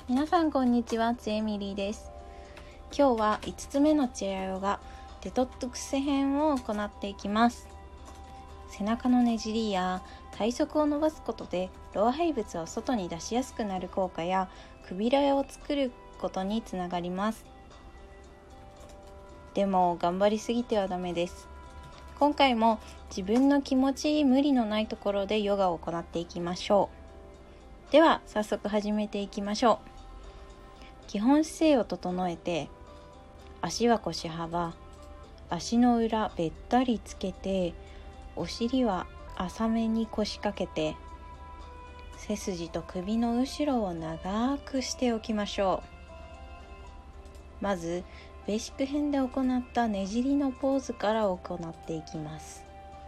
皆さんこんにちは、つえみりです。今日は5つ目のチェアヨガデトックス編を行っていきます。背中のねじりや体側を伸ばすことで老廃物を外に出しやすくなる効果やくびれを作ることにつながります。でも頑張りすぎてはダメです。今回も自分の気持ちいい無理のないところでヨガを行っていきましょう。では早速始めていきましょう。基本姿勢を整えて、足は腰幅、足の裏べったりつけて、お尻は浅めに腰掛けて、背筋と首の後ろを長くしておきましょう。まずベーシック編で行ったねじりのポーズから行っていきます。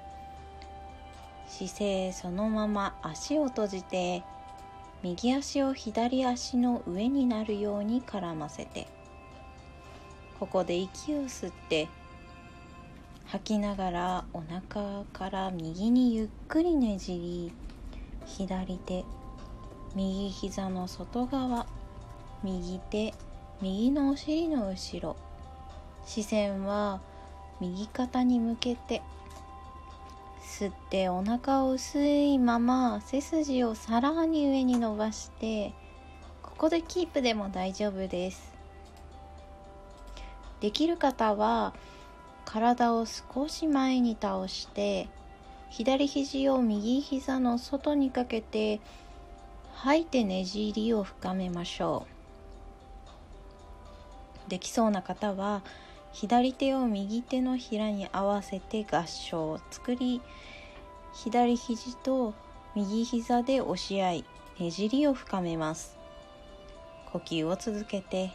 姿勢そのまま足を閉じて、右足を左足の上になるように絡ませて、ここで息を吸って吐きながらお腹から右にゆっくりねじり、左手右膝の外側、右手右のお尻の後ろ、視線は右肩に向けて、吸ってお腹を薄いまま背筋をさらに上に伸ばして、ここでキープでも大丈夫です。できる方は体を少し前に倒して、左肘を右膝の外にかけて吐いてねじりを深めましょう。できそうな方は左手を右手のひらに合わせて合掌を作り、左肘と右膝で押し合いねじりを深めます。呼吸を続けて、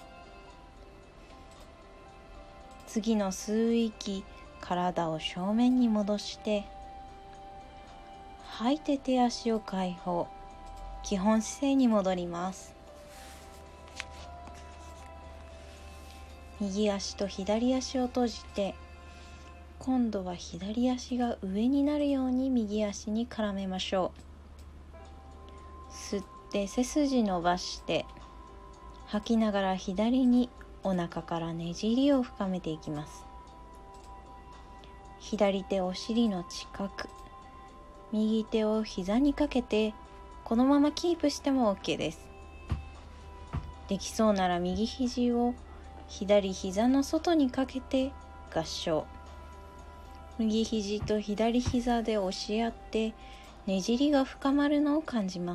次の吸う息、体を正面に戻して、吐いて手足を解放、基本姿勢に戻ります。右足と左足を閉じて、今度は左足が上になるように右足に絡めましょう。吸って背筋伸ばして、吐きながら左にお腹からねじりを深めていきます。左手お尻の近く、右手を膝にかけて、このままキープしても OK です。できそうなら右肘を左膝の外にかけて合掌、右肘と左膝で押し合ってねじりが深まるのを感じます。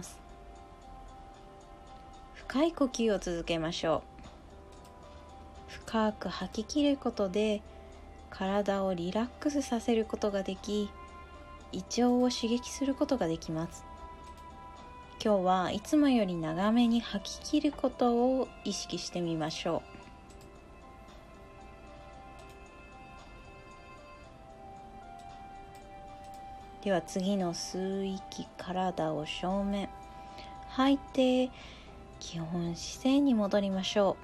深い呼吸を続けましょう。深く吐き切ることで体をリラックスさせることができ、胃腸を刺激することができます。今日はいつもより長めに吐き切ることを意識してみましょう。では次の吸う息、体を正面、吐いて基本姿勢に戻りましょ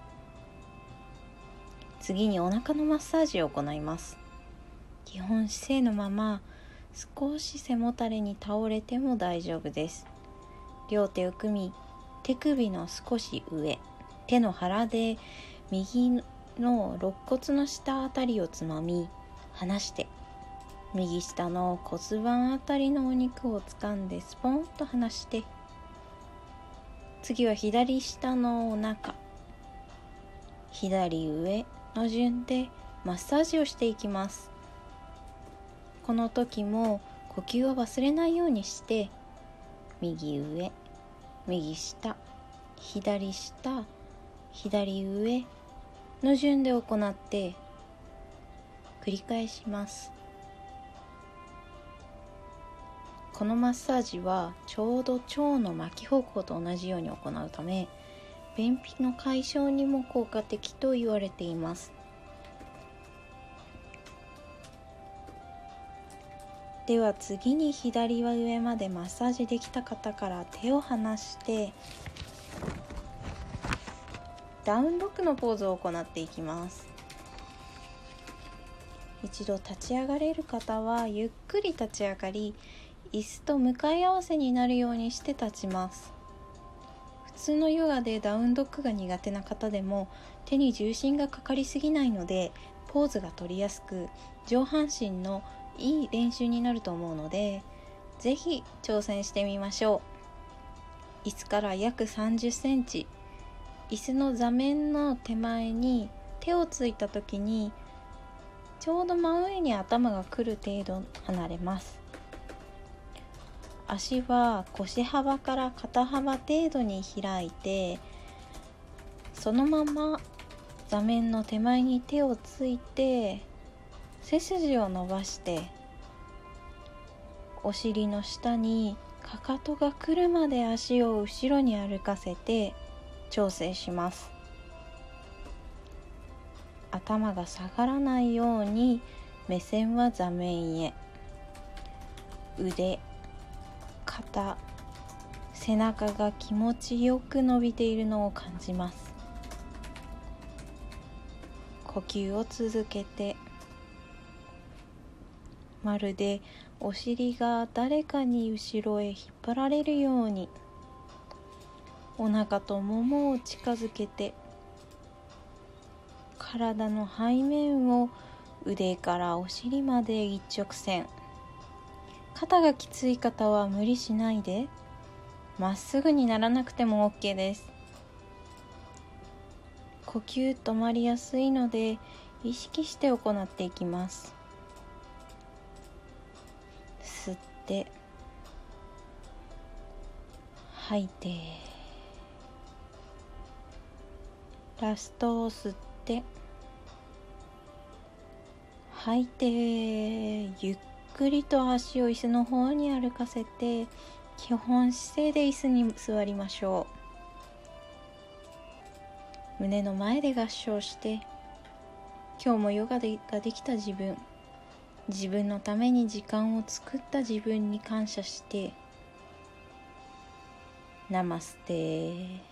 う。次にお腹のマッサージを行います。基本姿勢のまま少し背もたれに倒れても大丈夫です。両手を組み、手首の少し上、手の腹で右の肋骨の下あたりをつまみ離して、右下の骨盤あたりのお肉を掴んでスポンと離して、次は左下のお腹、左上の順でマッサージをしていきます。この時も呼吸を忘れないようにして、右上、右下、左下、左上の順で行って繰り返します。このマッサージはちょうど腸の巻き方向と同じように行うため、便秘の解消にも効果的と言われています。では次に左は上までマッサージできた方から手を離して、ダウンドッグのポーズを行っていきます。一度立ち上がれる方はゆっくり立ち上がり、椅子と向かい合わせになるようにして立ちます。 通のヨガでダウンドッグが苦手な方でも手に重心がかかりすぎないのでポーズが取りやすく、上半身のいい練習になると思うので、ぜひ挑戦してみましょう。椅子から約30センチ、椅子の座面の手前に手をついた時にちょうど真上に頭が来る程度離れます。足は腰幅から肩幅程度に開いて、そのまま座面の手前に手をついて背筋を伸ばして、お尻の下にかかとが来るまで足を後ろに歩かせて調整します。頭が下がらないように目線は座面へ、腕、肩、背中が気持ちよく伸びているのを感じます。呼吸を続けて、まるでお尻が誰かに後ろへ引っ張られるように、お腹とももを近づけて、体の背面を腕からお尻まで一直線。肩がきつい方は無理しないで、まっすぐにならなくても OK です。呼吸止まりやすいので意識して行っていきます。吸って吐いて、ラストを吸って吐いて、ゆっくりと足を椅子の方に歩かせて、基本姿勢で椅子に座りましょう。胸の前で合掌して、今日もヨガができた自分のために時間を作った自分に感謝して、ナマステ。